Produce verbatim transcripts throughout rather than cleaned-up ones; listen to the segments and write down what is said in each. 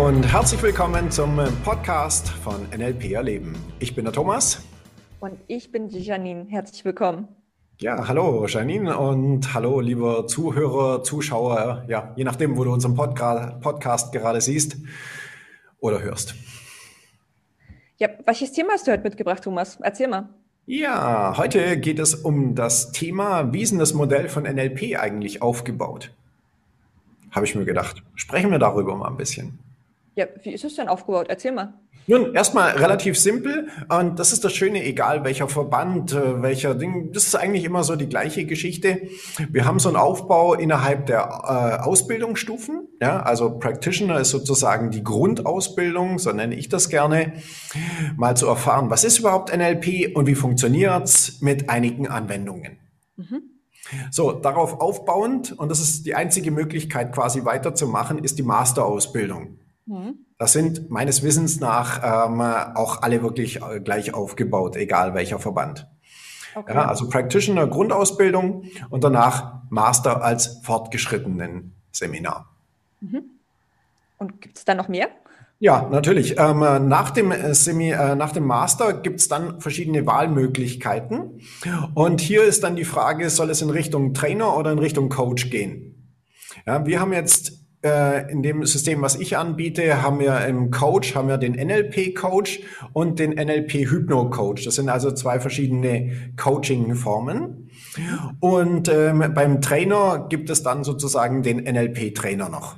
und herzlich willkommen zum Podcast von N L P Erleben. Ich bin der Thomas. Und ich bin die Janine. Herzlich willkommen. Ja, hallo Janine und hallo lieber Zuhörer, Zuschauer, ja, je nachdem, wo du unseren Podca- Podcast gerade siehst oder hörst. Ja, welches Thema hast du heute mitgebracht, Thomas? Erzähl mal. Ja, heute geht es um das Thema, wie ist denn das Modell von N L P eigentlich aufgebaut? Habe ich mir gedacht. Sprechen wir darüber mal ein bisschen. Ja, wie ist es denn aufgebaut? Erzähl mal. Nun, erstmal relativ simpel und das ist das Schöne, egal welcher Verband, äh, welcher Ding, das ist eigentlich immer so die gleiche Geschichte. Wir haben so einen Aufbau innerhalb der äh, Ausbildungsstufen, ja, also Practitioner ist sozusagen die Grundausbildung, so nenne ich das gerne, mal zu erfahren, was ist überhaupt N L P und wie funktioniert's mit einigen Anwendungen. Mhm. So, darauf aufbauend, und das ist die einzige Möglichkeit quasi weiterzumachen, ist die Masterausbildung. Mhm. Das sind meines Wissens nach ähm, auch alle wirklich äh, gleich aufgebaut, egal welcher Verband. Okay. Ja, also Practitioner Grundausbildung und danach Master als fortgeschrittenen Seminar. Mhm. Und gibt es da noch mehr? Ja, natürlich. Ähm, nach dem äh, Semi, äh, nach dem Master gibt's dann verschiedene Wahlmöglichkeiten. Und hier ist dann die Frage, soll es in Richtung Trainer oder in Richtung Coach gehen? Ja, wir haben jetzt äh, in dem System, was ich anbiete, haben wir im Coach, haben wir den N L P-Coach und den N L P-Hypno-Coach. Das sind also zwei verschiedene Coaching-Formen. Und ähm, beim Trainer gibt es dann sozusagen den N L P-Trainer noch.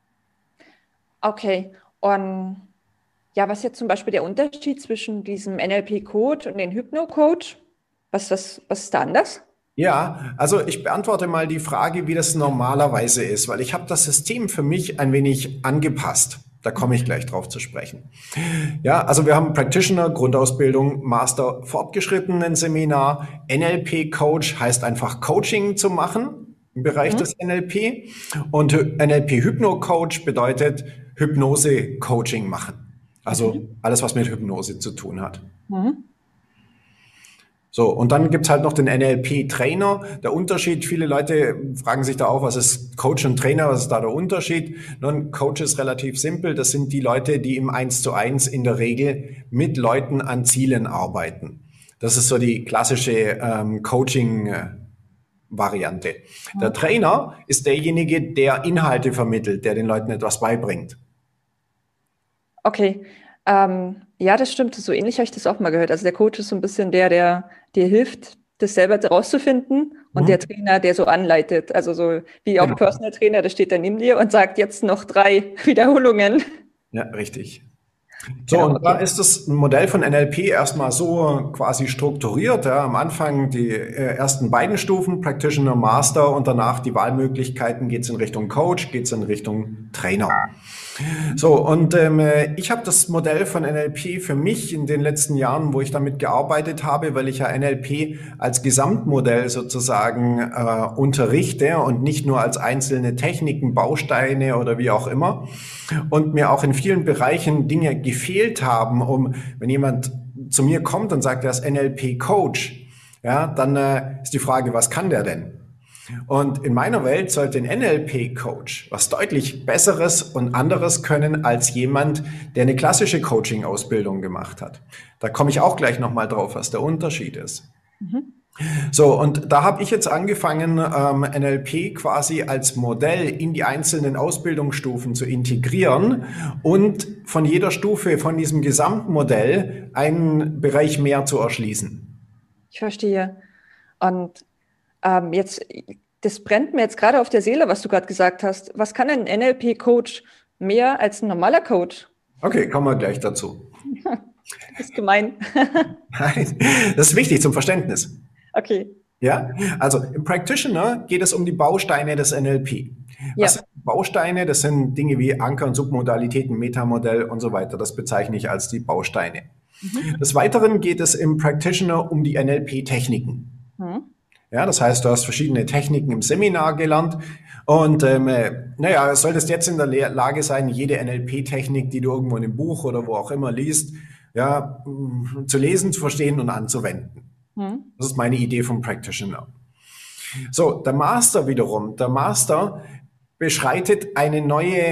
Okay. Und ja, was ist jetzt zum Beispiel der Unterschied zwischen diesem N L P-Coach und dem Hypno-Coach? Was, was, was ist da anders? Ja, also ich beantworte mal die Frage, wie das normalerweise ist, weil ich habe das System für mich ein wenig angepasst. Da komme ich gleich drauf zu sprechen. Ja, also wir haben Practitioner, Grundausbildung, Master, fortgeschrittenen Seminar. N L P-Coach heißt einfach Coaching zu machen im Bereich Mhm. des N L P. Und N L P-Hypno-Coach bedeutet Hypnose-Coaching machen. Also Mhm. alles, was mit Hypnose zu tun hat. Mhm. So, und dann gibt's halt noch den N L P-Trainer. Der Unterschied, viele Leute fragen sich da auch, was ist Coach und Trainer, was ist da der Unterschied? Nun, Coach ist relativ simpel. Das sind die Leute, die im Eins zu Eins in der Regel mit Leuten an Zielen arbeiten. Das ist so die klassische ähm, Coaching-Variante. Der Trainer ist derjenige, der Inhalte vermittelt, der den Leuten etwas beibringt. Okay. Ähm, ja, das stimmt. So ähnlich habe ich das auch mal gehört. Also der Coach ist so ein bisschen der, der dir hilft, das selber herauszufinden, und der Mhm. Trainer, der so anleitet. Also so wie auch Genau. Personal Trainer, der steht dann neben dir und sagt jetzt noch drei Wiederholungen. Ja, richtig. So, Genau, und da okay. ist das Modell von N L P erstmal so quasi strukturiert. Ja. Am Anfang die äh, ersten beiden Stufen, Practitioner, Master, und danach die Wahlmöglichkeiten, geht's in Richtung Coach, geht's in Richtung Trainer. So, und ähm, ich habe das Modell von N L P für mich in den letzten Jahren, wo ich damit gearbeitet habe, weil ich ja N L P als Gesamtmodell sozusagen äh, unterrichte und nicht nur als einzelne Techniken, Bausteine oder wie auch immer, und mir auch in vielen Bereichen Dinge gefehlt haben, um, wenn jemand zu mir kommt und sagt, er ist N L P-Coach, ja, dann äh, ist die Frage, was kann der denn? Und in meiner Welt sollte ein N L P-Coach was deutlich Besseres und anderes können als jemand, der eine klassische Coaching-Ausbildung gemacht hat. Da komme ich auch gleich nochmal drauf, was der Unterschied ist. Mhm. So, und da habe ich jetzt angefangen, ähm, N L P quasi als Modell in die einzelnen Ausbildungsstufen zu integrieren und von jeder Stufe, von diesem Gesamtmodell, einen Bereich mehr zu erschließen. Ich verstehe. Und ähm, jetzt, das brennt mir jetzt gerade auf der Seele, was du gerade gesagt hast. Was kann ein N L P-Coach mehr als ein normaler Coach? Okay, kommen wir gleich dazu. Das ist gemein. Nein, das ist wichtig zum Verständnis. Okay. Ja, also im Practitioner geht es um die Bausteine des N L P. Was Ja. sind Bausteine? Das sind Dinge wie Anker und Submodalitäten, Metamodell und so weiter. Das bezeichne ich als die Bausteine. Mhm. Des Weiteren geht es im Practitioner um die N L P-Techniken. Mhm. Ja, das heißt, du hast verschiedene Techniken im Seminar gelernt und ähm, naja, solltest jetzt in der Le- Lage sein, jede N L P-Technik, die du irgendwo in einem Buch oder wo auch immer liest, ja, mh, zu lesen, zu verstehen und anzuwenden. Mhm. Das ist meine Idee vom Practitioner. So, der Master wiederum. Der Master beschreitet eine neue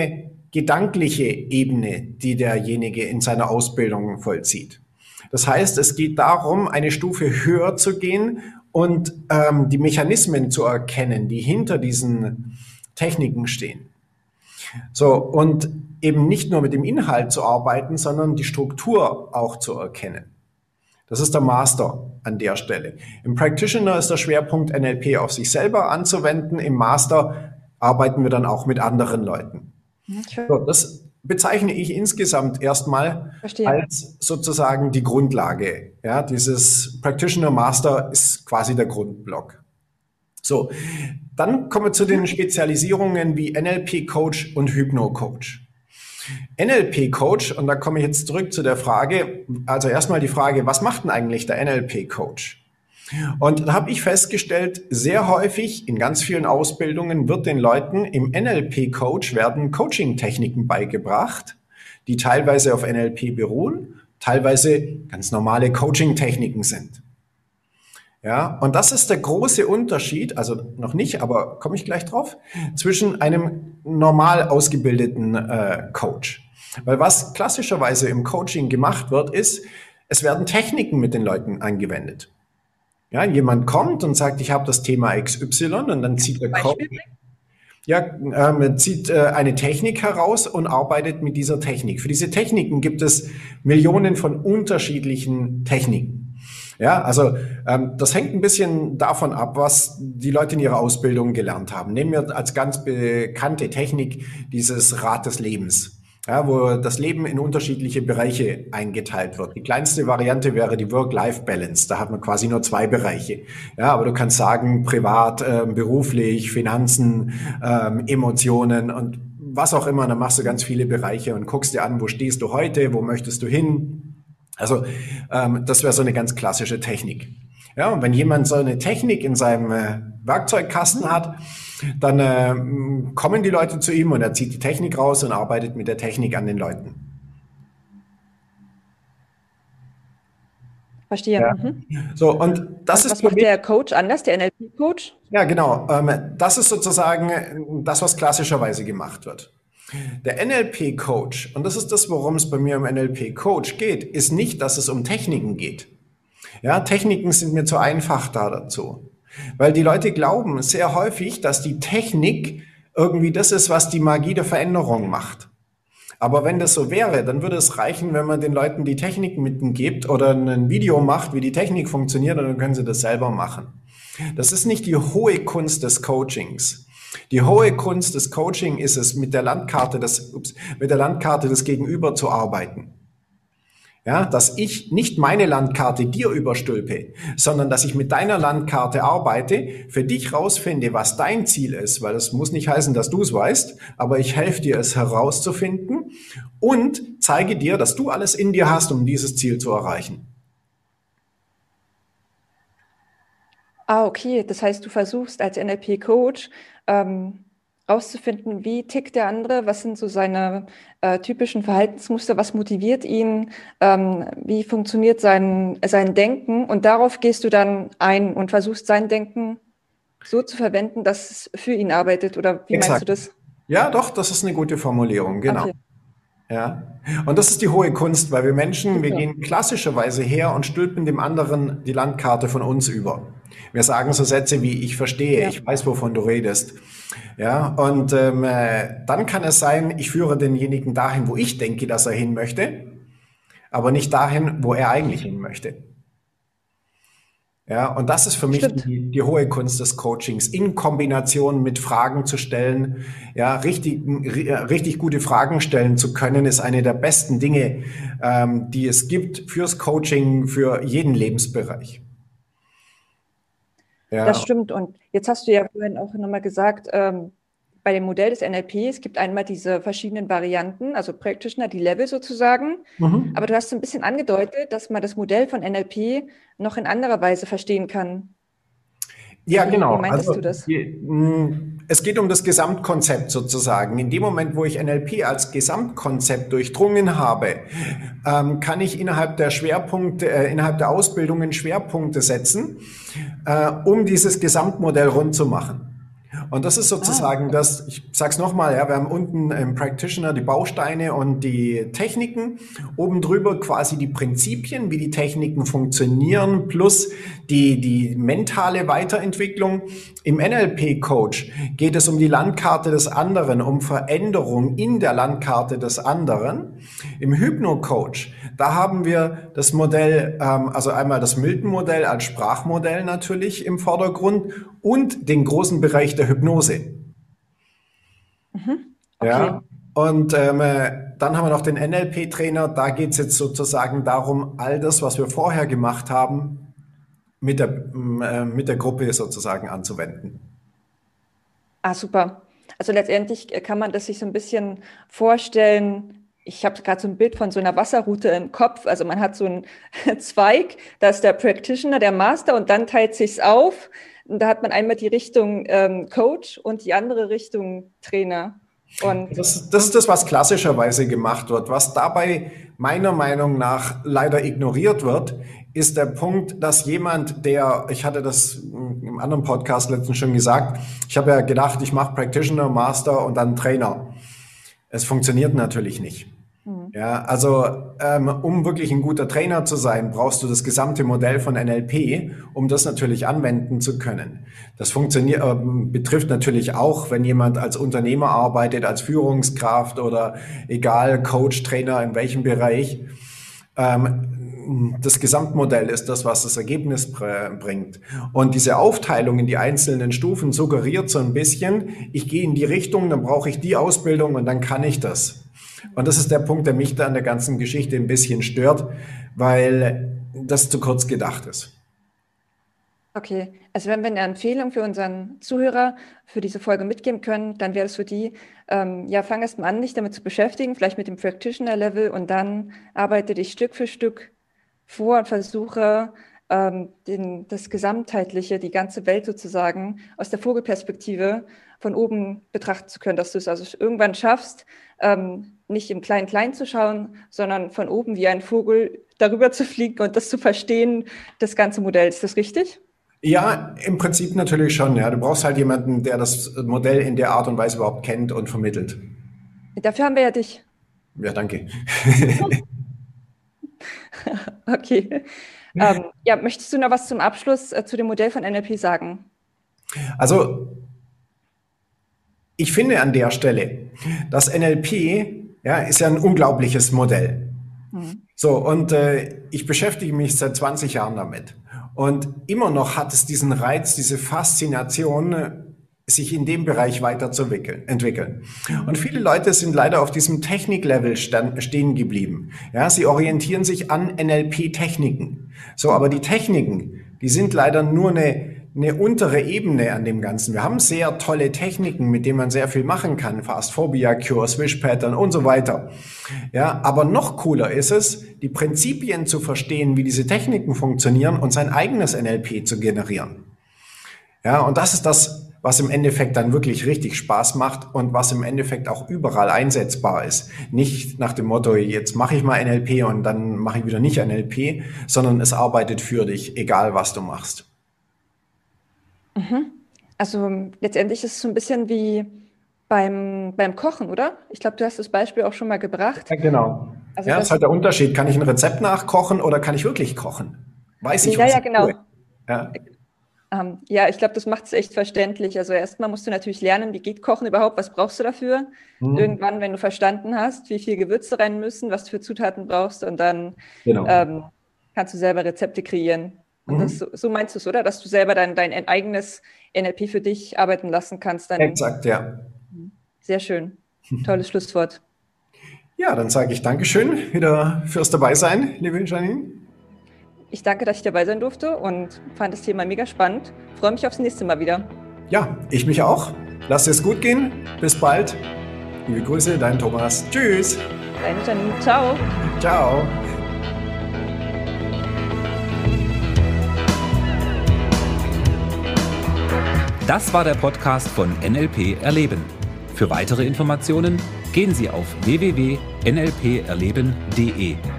gedankliche Ebene, die derjenige in seiner Ausbildung vollzieht. Das heißt, es geht darum, eine Stufe höher zu gehen und ähm, die Mechanismen zu erkennen, die hinter diesen Techniken stehen. So, und eben nicht nur mit dem Inhalt zu arbeiten, sondern die Struktur auch zu erkennen. Das ist der Master an der Stelle. Im Practitioner ist der Schwerpunkt, N L P auf sich selber anzuwenden. Im Master arbeiten wir dann auch mit anderen Leuten. Okay. So, das bezeichne ich insgesamt erstmal Verstehe. Als sozusagen die Grundlage. Ja, dieses Practitioner Master ist quasi der Grundblock. So, dann kommen wir zu den Spezialisierungen wie N L P-Coach und Hypno-Coach. N L P-Coach, und da komme ich jetzt zurück zu der Frage, also erstmal die Frage, was macht denn eigentlich der N L P-Coach? Und da habe ich festgestellt, sehr häufig in ganz vielen Ausbildungen wird den Leuten im N L P-Coach werden Coaching-Techniken beigebracht, die teilweise auf N L P beruhen, teilweise ganz normale Coaching-Techniken sind. Ja, und das ist der große Unterschied, also noch nicht, aber komme ich gleich drauf, zwischen einem normal ausgebildeten äh, Coach. Weil was klassischerweise im Coaching gemacht wird, ist, es werden Techniken mit den Leuten angewendet. Ja, jemand kommt und sagt, ich habe das Thema X Y und dann zieht der Coach, ja, ähm, zieht äh, eine Technik heraus und arbeitet mit dieser Technik. Für diese Techniken gibt es Millionen von unterschiedlichen Techniken. Ja, also ähm, das hängt ein bisschen davon ab, was die Leute in ihrer Ausbildung gelernt haben. Nehmen wir als ganz bekannte Technik dieses Rad des Lebens, ja, wo das Leben in unterschiedliche Bereiche eingeteilt wird. Die kleinste Variante wäre die Work-Life-Balance. Da hat man quasi nur zwei Bereiche. Ja, aber du kannst sagen, privat, äh, beruflich, Finanzen, ähm, Emotionen und was auch immer. Dann machst du ganz viele Bereiche und guckst dir an, wo stehst du heute, wo möchtest du hin. Also ähm, das wäre so eine ganz klassische Technik. Ja, und wenn jemand so eine Technik in seinem äh, Werkzeugkasten hat, dann äh, kommen die Leute zu ihm und er zieht die Technik raus und arbeitet mit der Technik an den Leuten. Verstehe. Ja. Mhm. So, und das was ist macht der Coach anders, der N L P-Coach? Ja, genau. Ähm, das ist sozusagen das, was klassischerweise gemacht wird. Der N L P-Coach, und das ist das, worum es bei mir im N L P-Coach geht, ist nicht, dass es um Techniken geht. Ja, Techniken sind mir zu einfach da dazu. Weil die Leute glauben sehr häufig, dass die Technik irgendwie das ist, was die Magie der Veränderung macht. Aber wenn das so wäre, dann würde es reichen, wenn man den Leuten die Technik mitgibt oder ein Video macht, wie die Technik funktioniert, und dann können sie das selber machen. Das ist nicht die hohe Kunst des Coachings. Die hohe Kunst des Coaching ist es, mit der Landkarte des, ups, mit der Landkarte des Gegenüber zu arbeiten. Ja, dass ich nicht meine Landkarte dir überstülpe, sondern dass ich mit deiner Landkarte arbeite, für dich rausfinde, was dein Ziel ist, weil es muss nicht heißen, dass du es weißt, aber ich helfe dir, es herauszufinden und zeige dir, dass du alles in dir hast, um dieses Ziel zu erreichen. Ah, okay. Das heißt, du versuchst als N L P-Coach ähm, rauszufinden, wie tickt der andere, was sind so seine äh, typischen Verhaltensmuster, was motiviert ihn, ähm, wie funktioniert sein, sein Denken, und darauf gehst du dann ein und versuchst sein Denken so zu verwenden, dass es für ihn arbeitet, oder wie Exakt. meinst du das? Ja, doch, das ist eine gute Formulierung, genau. Okay. Ja, und das ist die hohe Kunst, weil wir Menschen, wir gehen klassischerweise her und stülpen dem anderen die Landkarte von uns über. Wir sagen so Sätze wie, ich verstehe, ja. Ich weiß, wovon du redest. Ja, und ähm, dann kann es sein, ich führe denjenigen dahin, wo ich denke, dass er hin möchte, aber nicht dahin, wo er eigentlich hin möchte. Ja, und das ist für mich die, die hohe Kunst des Coachings, in Kombination mit Fragen zu stellen. Ja, richtig, richtig gute Fragen stellen zu können, ist eine der besten Dinge, ähm, die es gibt fürs Coaching, für jeden Lebensbereich. Ja. Das stimmt. Und jetzt hast du ja vorhin auch nochmal gesagt, ähm, bei dem Modell des N L P, es gibt einmal diese verschiedenen Varianten, also Practitioner, die Level sozusagen. Mhm. Aber du hast so ein bisschen angedeutet, dass man das Modell von N L P noch in anderer Weise verstehen kann. Ja, wie, genau. Wie meintest also, du das? Die, mh, es geht um das Gesamtkonzept sozusagen. In dem Moment, wo ich N L P als Gesamtkonzept durchdrungen habe, ähm, kann ich innerhalb der Schwerpunkte, äh, innerhalb der Ausbildungen Schwerpunkte setzen, äh, um dieses Gesamtmodell rund zu machen. Und das ist sozusagen Ah. das, ich sag's nochmal, ja, wir haben unten im Practitioner die Bausteine und die Techniken, oben drüber quasi die Prinzipien, wie die Techniken funktionieren, plus die, die mentale Weiterentwicklung. Im N L P-Coach geht es um die Landkarte des anderen, um Veränderung in der Landkarte des anderen. Im Hypno-Coach, da haben wir das Modell, ähm, also einmal das Milton-Modell als Sprachmodell natürlich im Vordergrund und den großen Bereich der Hypnose. Mhm. Okay. Ja, und ähm, äh, dann haben wir noch den N L P-Trainer, da geht es jetzt sozusagen darum, all das, was wir vorher gemacht haben, mit der, äh, mit der Gruppe sozusagen anzuwenden. Ah, super. Also letztendlich äh, kann man das sich so ein bisschen vorstellen. Ich habe gerade so ein Bild von so einer Wasserroute im Kopf. Also man hat so einen Zweig, da ist der Practitioner, der Master und dann teilt sich's auf. Und da hat man einmal die Richtung ähm, Coach und die andere Richtung Trainer. Und Das, das ist das, was klassischerweise gemacht wird. Was dabei meiner Meinung nach leider ignoriert wird, ist der Punkt, dass jemand, der, ich hatte das im anderen Podcast letztens schon gesagt, ich habe ja gedacht, ich mache Practitioner, Master und dann Trainer. Es funktioniert natürlich nicht. hm. Ja, also ähm, um wirklich ein guter Trainer zu sein, brauchst du das gesamte Modell von N L P, um das natürlich anwenden zu können. Das funktioniert, äh, betrifft natürlich auch, wenn jemand als Unternehmer arbeitet, als Führungskraft oder egal, Coach, Trainer, in welchem Bereich. Ähm, das Gesamtmodell ist das, was das Ergebnis br- bringt. Und diese Aufteilung in die einzelnen Stufen suggeriert so ein bisschen, ich gehe in die Richtung, dann brauche ich die Ausbildung und dann kann ich das. Und das ist der Punkt, der mich da an der ganzen Geschichte ein bisschen stört, weil das zu kurz gedacht ist. Okay, also wenn wir eine Empfehlung für unseren Zuhörer für diese Folge mitgeben können, dann wäre es für die, ähm, ja, fang erst mal an, dich damit zu beschäftigen, vielleicht mit dem Practitioner-Level und dann arbeite dich Stück für Stück vor und versuche, ähm, den, das Gesamtheitliche, die ganze Welt sozusagen aus der Vogelperspektive von oben betrachten zu können, dass du es also irgendwann schaffst, ähm, nicht im Klein-Klein zu schauen, sondern von oben wie ein Vogel darüber zu fliegen und das zu verstehen, das ganze Modell. Ist das richtig? Ja, im Prinzip natürlich schon. Ja, du brauchst halt jemanden, der das Modell in der Art und Weise überhaupt kennt und vermittelt. Dafür haben wir ja dich. Ja, danke. Okay. Ähm, ja, möchtest du noch was zum Abschluss äh, zu dem Modell von N L P sagen? Also, ich finde an der Stelle, das N L P, ja, ist ja ein unglaubliches Modell. Hm. So, und äh, ich beschäftige mich seit zwanzig Jahren damit. Und immer noch hat es diesen Reiz, diese Faszination, äh, sich in dem Bereich weiterzuentwickeln. Entwickeln. Und viele Leute sind leider auf diesem Techniklevel stand, stehen geblieben. Ja, sie orientieren sich an N L P-Techniken. So, aber die Techniken, die sind leider nur eine eine untere Ebene an dem Ganzen. Wir haben sehr tolle Techniken, mit denen man sehr viel machen kann. Fast Phobia Cure, Swish Pattern und so weiter. Ja, aber noch cooler ist es, die Prinzipien zu verstehen, wie diese Techniken funktionieren und sein eigenes N L P zu generieren. Ja, und das ist das, was im Endeffekt dann wirklich richtig Spaß macht und was im Endeffekt auch überall einsetzbar ist. Nicht nach dem Motto, jetzt mache ich mal N L P und dann mache ich wieder nicht N L P, sondern es arbeitet für dich, egal was du machst. Mhm. Also letztendlich ist es so ein bisschen wie beim, beim Kochen, oder? Ich glaube, du hast das Beispiel auch schon mal gebracht. Ja, genau. Also Ja, das das, ist halt der Unterschied. Kann ich ein Rezept nachkochen oder kann ich wirklich kochen? Weiß ich, ja, was ja, ich genau. tue. Ja, Ähm, ja, ich glaube, das macht es echt verständlich. Also erstmal musst du natürlich lernen, wie geht Kochen überhaupt, was brauchst du dafür? mhm. Irgendwann, wenn du verstanden hast, wie viel Gewürze rein müssen, was du für Zutaten brauchst und dann Genau. ähm, kannst du selber Rezepte kreieren. Und das, Mhm. so, so meinst du es, oder? Dass du selber dein, dein eigenes N L P für dich arbeiten lassen kannst. Dann Exakt, ja. sehr schön. Tolles Schlusswort. Ja, dann sage ich Dankeschön wieder fürs Dabeisein, liebe Janine. Ich danke, dass ich dabei sein durfte und fand das Thema mega spannend. Freue mich aufs nächste Mal wieder. Ja, ich mich auch. Lass es gut gehen. Bis bald. Liebe Grüße, dein Thomas. Tschüss. Deine Janine. Ciao. Ciao. Das war der Podcast von N L P Erleben. Für weitere Informationen gehen Sie auf w w w punkt n l p erleben punkt d e.